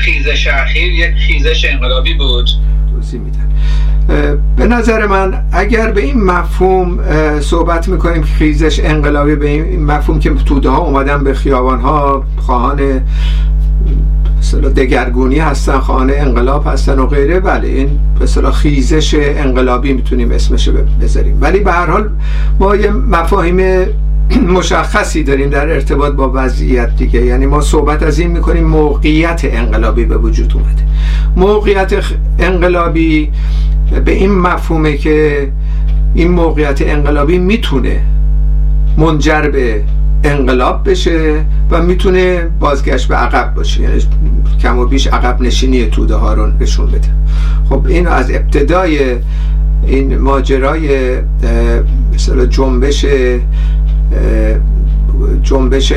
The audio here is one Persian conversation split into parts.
خیزش اخیر یک خیزش انقلابی بود. توضیح میدم. به نظر من اگر به این مفهوم صحبت میکنیم که خیزش انقلابی، به این مفهوم که توده ها اومدن به خیابان ها، خواهان مثلا دگرگونی هستن، خواهان انقلاب هستن و غیره، بله این مثلا خیزش انقلابی میتونیم اسمش بذاریم. ولی به هر حال ما یه مفاهیم مشخصی داریم در ارتباط با وضعیت دیگه. یعنی ما صحبت از این میکنیم موقعیت انقلابی به وجود اومده. موقعیت انقلابی به این مفهومه که این موقعیت انقلابی میتونه منجر به انقلاب بشه و میتونه بازگشت به عقب باشه، یعنی کم و بیش عقب نشینی توده ها رو نشون بده. خب این از ابتدای این ماجرای مثلا جنبش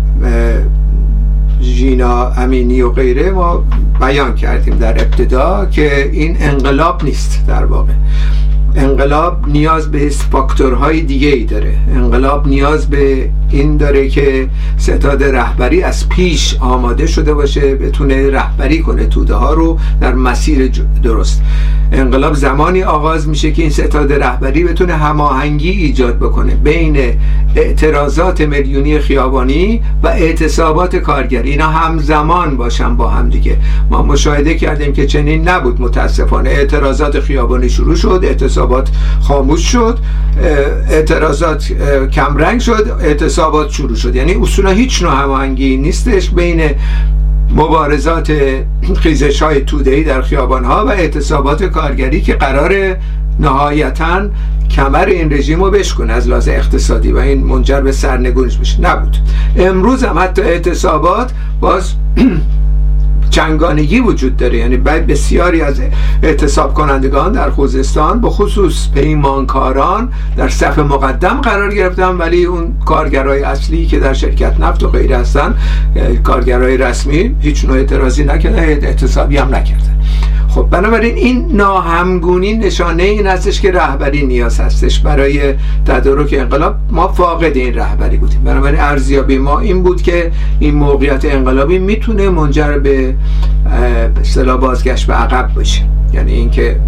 ژینا امینی و غیره ما بیان کردیم در ابتدا که این انقلاب نیست. در واقع انقلاب نیاز به فاکتورهای دیگه ای داره. انقلاب نیاز به این داره که ستاد رهبری از پیش آماده شده باشه، بتونه رهبری کنه توده ها رو در مسیر درست. انقلاب زمانی آغاز میشه که این ستاد رهبری بتونه هماهنگی ایجاد بکنه بین اعتراضات میلیونی خیابانی و اعتصابات کارگری، اینا همزمان باشن با هم دیگه. ما مشاهده کردیم که چنین نبود متاسفانه. اعتراضات خیابانی شروع شد، اعتصابات خاموش شد، اعتراضات کمرنگ شد، اعتصابات شروع شد. یعنی اصولا هیچ نوع هماهنگی نیستش بین مبارزات خیزش‌های توده‌ای در خیابان‌ها و اعتصابات کارگری که قرار نهایتاً کمر این رژیم رو بشکنه از لحاظ اقتصادی و این منجر به سرنگونیش بشه. نبود. امروز هم حتی اعتصابات باز چنگانگی وجود داره. یعنی بسیاری از اعتصاب کنندگان در خوزستان به خصوص پیمانکاران در صف مقدم قرار گرفتن، ولی اون کارگرای اصلی که در شرکت نفت و غیره هستن، کارگرای رسمی، هیچ نوع اعتراضی نکردن، اعتصابی هم نکردن. خب بنابراین این ناهمگونی نشانه این هستش که رهبری نیاز هستش برای تدارک انقلاب. ما فاقد این رهبری بودیم. بنابراین ارزیابی ما این بود که این موقعیت انقلابی میتونه منجر به اصطلاح بازگشت به عقب باشه. یعنی اینکه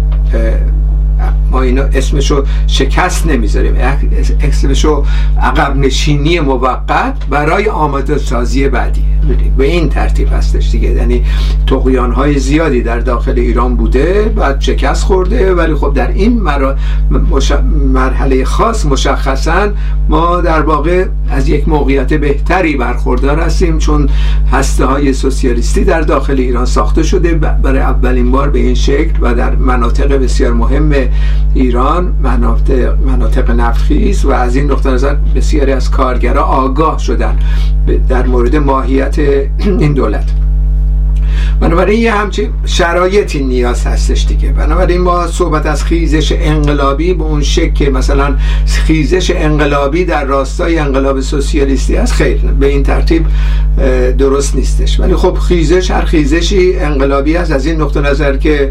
ما اینو اسمشو شکست نمیذاریم، اسمشو عقب نشینی موقت برای آماده سازی بعدی. به این ترتیب هستش دیگه. یعنی طغیان‌های زیادی در داخل ایران بوده، بعد شکست خورده، ولی خب در این مرحله خاص مشخصا ما در واقع از یک موقعیت بهتری برخوردار هستیم، چون هسته‌های سوسیالیستی در داخل ایران ساخته شده برای اولین بار به این شکل و در مناطق بسیار مهم ایران، مناطق نفتخیز، و از این نقطه نظر بسیاری از کارگرها آگاه شدن در مورد ماهیت این دولت. بنابراین یه همچین شرایطی نیاز هستش دیگه. بنابراین ما صحبت از خیزش انقلابی به اون شکل که مثلا خیزش انقلابی در راستای انقلاب سوسیالیستی است، خیر، به این ترتیب درست نیستش. ولی خب هر خیزشی انقلابی است از این نقطه نظر که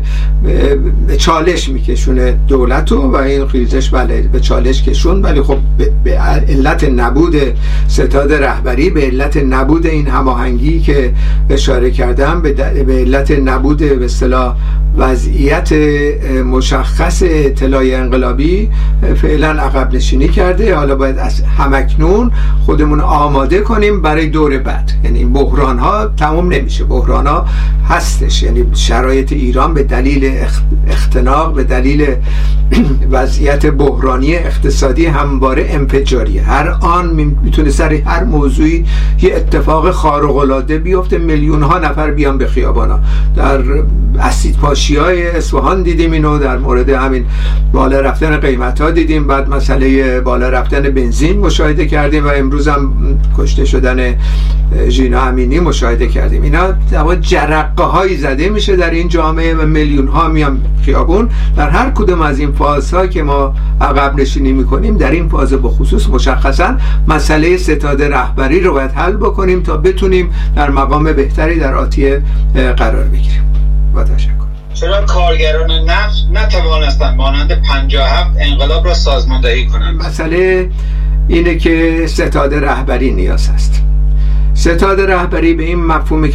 چالش میکشونه دولتو و این خیزش بله به چالش کشون، ولی خب به علت نبود ستاد رهبری، به علت نبود این هماهنگی که اشاره کردم، به علت نبود به اصطلاح وضعیت مشخص اطلاع انقلابی فعلا عقب نشینی کرده. حالا باید از همکنون خودمون آماده کنیم برای دور بعد. یعنی بحران ها تمام نمیشه، بحران ها هستش. یعنی شرایط ایران به دلیل اختناق، به دلیل وضعیت بحرانی اقتصادی همواره انفجاریه. هر آن میتونه سر هر موضوعی یه اتفاق خارق العاده بیفته، میلیون ها نفر بیان به خیابانا. در اسیدپاشی‌های اصفهان دیدیم اینو، در مورد همین بالا رفتن قیمت‌ها دیدیم، بعد مسئله بالا رفتن بنزین مشاهده کردیم و امروز هم کشته شدن ژینا امینی مشاهده کردیم. اینا در جرقه‌هایی زده میشه در این جامعه و میلیون‌ها میان خیابون. در هر کدوم از این فازها که ما عقب نشینی میکنیم، در این فاز به خصوص مشخصا مسئله ستاد رهبری رو باید حل بکنیم تا بتونیم در مقام بهتری در آتیه قرار بگیریم. با تشکر. چرا کارگران نفت نتوانستند مانند 57 انقلاب را سازماندهی کنند؟ مسئله اینه که ستاد رهبری نیاز است. ستاد رهبری به این مفهومه که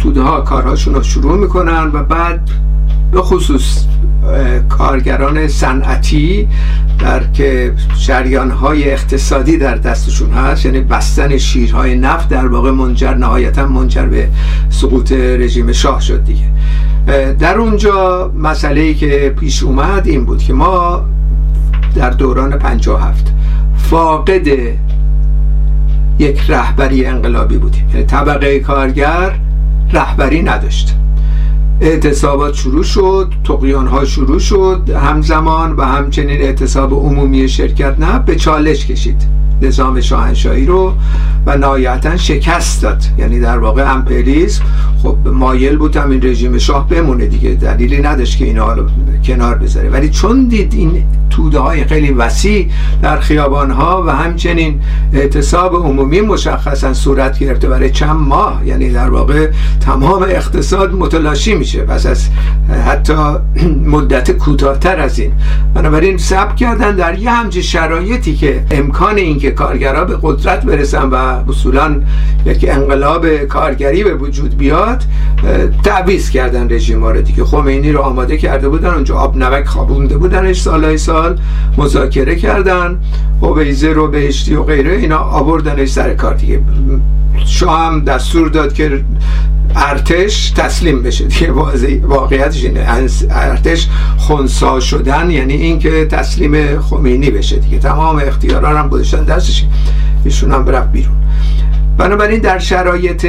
توده ها کارهاشون رو شروع میکنن و بعد به خصوص کارگران صنعتی که شریان‌های اقتصادی در دستشون هست، یعنی بستن شیرهای نفت، در واقع نهایتا منجر به سقوط رژیم شاه شد دیگه. در اونجا مسئله‌ای که پیش اومد این بود که ما در دوران 57 فاقد یک رهبری انقلابی بودیم، یعنی طبقه کارگر رهبری نداشت. اعتصابات شروع شد، طغیان‌ها شروع شد همزمان و همچنین اعتصاب عمومی شرکت نفت به چالش کشید نظام شاهنشاهی رو و نهایتاً شکست داد. یعنی در واقع امپریالیسم خب مایل بود همین رژیم شاه بمونه دیگه، دلیلی نداشت که اینا رو کنار بذاره، ولی چون دید این توده های خیلی وسیع در خیابان ها و همچنین اعتصاب عمومی مشخصا صورت گرفته برای چند ماه، یعنی در واقع تمام اقتصاد متلاشی میشه پس از حتی مدت کوتاه‌تر از این، بنابراین صبر کردن در یه همچین شرایطی که امکان این که کارگرها به قدرت برسن و اصولا یک انقلاب کارگری به وجود بیاد، تعویض کردن رژیم ها رو دیگه. خمینی رو آماده کرده بودن، اونجا آب نمک خوابونده بودنش سالهای سال، مذاکره کردن، اویزه رو بهشتی و غیره اینا آوردنش سر کار دیگه. شاه هم دستور داد که ارتش تسلیم بشه دیگه. واقعیتش اینه، ارتش خنثی شدن یعنی این که تسلیم خمینی بشه دیگه، تمام اختیارات هم گذاشتن دستش، ایشون هم رفت بیرون. بنابراین در شرایط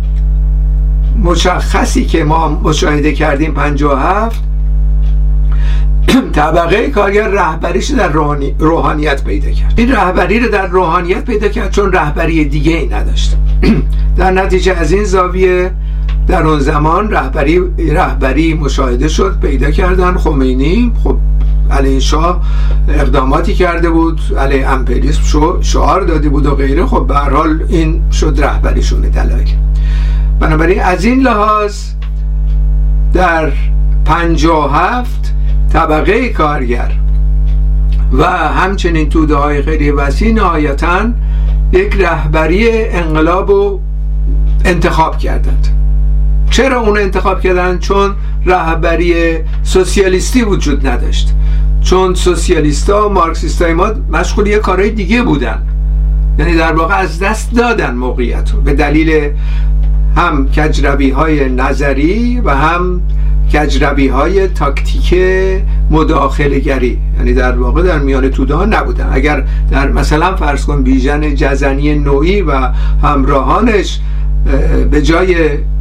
مشخصی که ما مشاهده کردیم 57 طبقه کارگر رهبریش در روحانیت پیدا کرد. این رهبری رو در روحانیت پیدا کرد چون رهبری دیگه ای نداشت. در نتیجه از این زاویه در اون زمان رهبری مشاهده شد، پیدا کردن. خمینی خب علیه شاه اقداماتی کرده بود، علیه امپریالیسم شعار داده بود و غیره. خب به هر حال این شد رهبریشون دلایل. بنابراین از این لحاظ در 57 طبقه کارگر و همچنین توده های خیلی وسیع نهایتاً یک رهبری انقلاب رو انتخاب کردند. چرا اون انتخاب کردند؟ چون رهبری سوسیالیستی وجود نداشت، چون سوسیالیستا و مارکسیستای ما مشغول یه کارهای دیگه بودن، یعنی در واقع از دست دادن موقعیت رو به دلیل هم کجروی های نظری و هم کجروی های تاکتیک مداخله گری، یعنی در واقع در میان توده ها نبودن. اگر در مثلا فرض کن بیژن جزنی نوعی و همراهانش به جای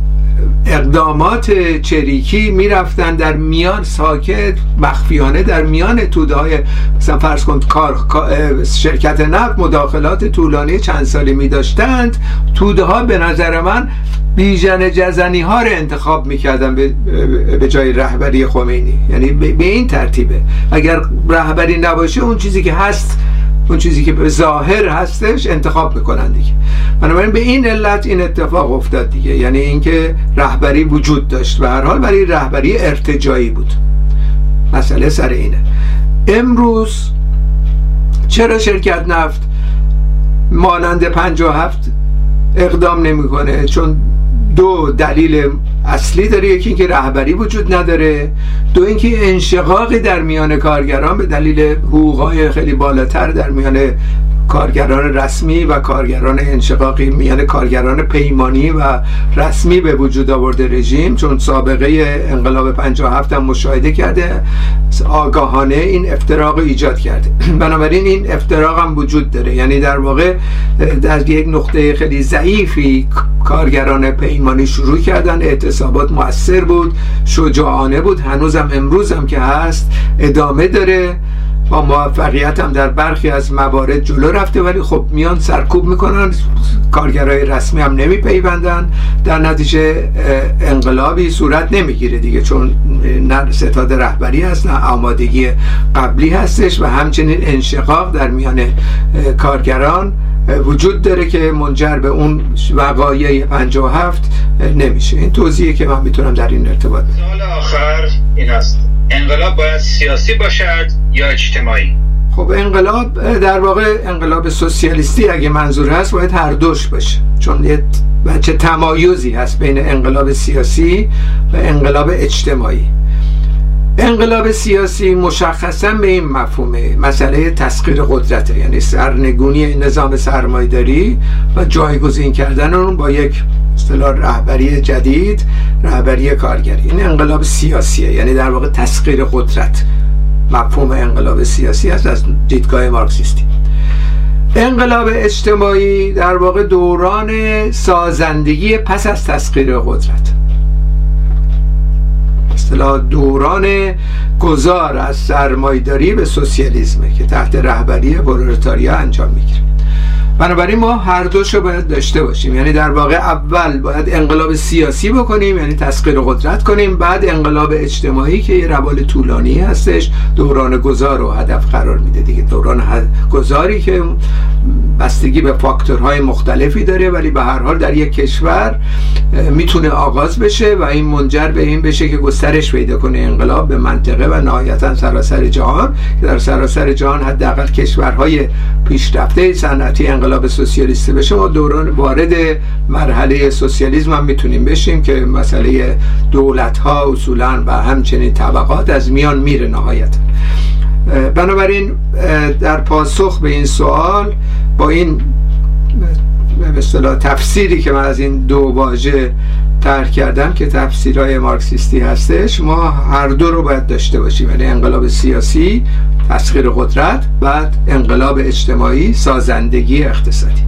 اقدامات چریکی میرفتن در میان ساکت مخفیانه در میان توده های مثلا فرض کن شرکت نفت مداخلات طولانی چند سالی می داشتند، توده ها به نظر من بیژن جزنی ها رو انتخاب میکردن به جای رهبری خمینی. یعنی به این ترتیبه، اگر رهبری نباشه اون چیزی که هست، اون چیزی که به ظاهر هستش انتخاب میکنن دیگه. بنابراین به این علت این اتفاق افتاد دیگه، یعنی اینکه رهبری وجود داشت به هر حال، برای رهبری ارتجاعی بود. مسئله سر اینه. امروز چرا شرکت نفت مانند 57 اقدام نمیکنه؟ چون دو دلیل اصلی داره. یکی اینکه رهبری وجود نداره، دو اینکه انشقاقی در میان کارگران به دلیل حقوقهای خیلی بالاتر در میان کارگران رسمی و کارگران انشقاقی میان کارگران پیمانی و رسمی به وجود آورده رژیم، چون سابقه انقلاب 57 هم مشاهده کرده، آگاهانه این افتراق ایجاد کرده. بنابراین این افتراق هم وجود داره، یعنی در واقع در یک نقطه خیلی ضعیفی کارگران پیمانی شروع کردن. اعتصابات مؤثر بود، شجاعانه بود، هنوزم امروزم که هست ادامه داره، با موفقیت هم در برخی از موارد جلو رفته، ولی خب میان سرکوب میکنن، کارگرای رسمی هم نمیپیوندن، در نتیجه انقلابی صورت نمیگیره دیگه، چون نه ستاد رهبری هست نه آمادگی قبلی هستش و همچنین انشقاق در میان کارگران وجود داره که منجر به اون وقایع 57 نمیشه. این توضیحی که من میتونم در این ارتباط بدم. سوال آخر این است: انقلاب باید سیاسی باشد یا اجتماعی؟ خب انقلاب در واقع انقلاب سوسیالیستی اگه منظور هست باید هر دوش باشه، چون یه بچه تمایزی هست بین انقلاب سیاسی و انقلاب اجتماعی. انقلاب سیاسی مشخصا به این مفهومه، مسئله تسخیر قدرته، یعنی سرنگونی نظام سرمایه‌داری و جایگزین کردن اون با یک اصطلاح رهبری جدید، رهبری کارگری. این انقلاب سیاسیه، یعنی در واقع تسخیر قدرت. مفهوم انقلاب سیاسی هست از دیدگاه مارکسیستی. انقلاب اجتماعی در واقع دوران سازندگی پس از تسخیر قدرت، اصطلاح دوران گذار از سرمایه‌داری به سوسیالیسمه که تحت رهبری پرولتاریا انجام میگیره. بنابراین ما هر دوشو باید داشته باشیم، یعنی در واقع اول باید انقلاب سیاسی بکنیم، یعنی تسخیر قدرت کنیم، بعد انقلاب اجتماعی که یه روال طولانی هستش، دوران گذار رو هدف قرار میده دیگه. دوران گذاری که بستگی به فاکتورهای مختلفی داره، ولی به هر حال در یک کشور میتونه آغاز بشه و این منجر به این بشه که گسترش پیدا کنه انقلاب به منطقه و نهایتا سراسر جهان، که در سراسر جهان حداقل کشورهای پیشرفته صنعتی انقلاب سوسیالیستی بشه. ما دوران وارد مرحله سوسیالیسم هم میتونیم بشیم که مسئله دولت‌ها اصولاً و همچنین طبقات از میان میره نهایتا. بنابراین در پاسخ به این سوال با این به اصطلاح تفسیری که من از این دو واژه طرح کردم که تفسیرهای مارکسیستی هستش، ما هر دو رو باید داشته باشیم، یعنی انقلاب سیاسی تسخیر قدرت، بعد انقلاب اجتماعی سازندگی اقتصادی.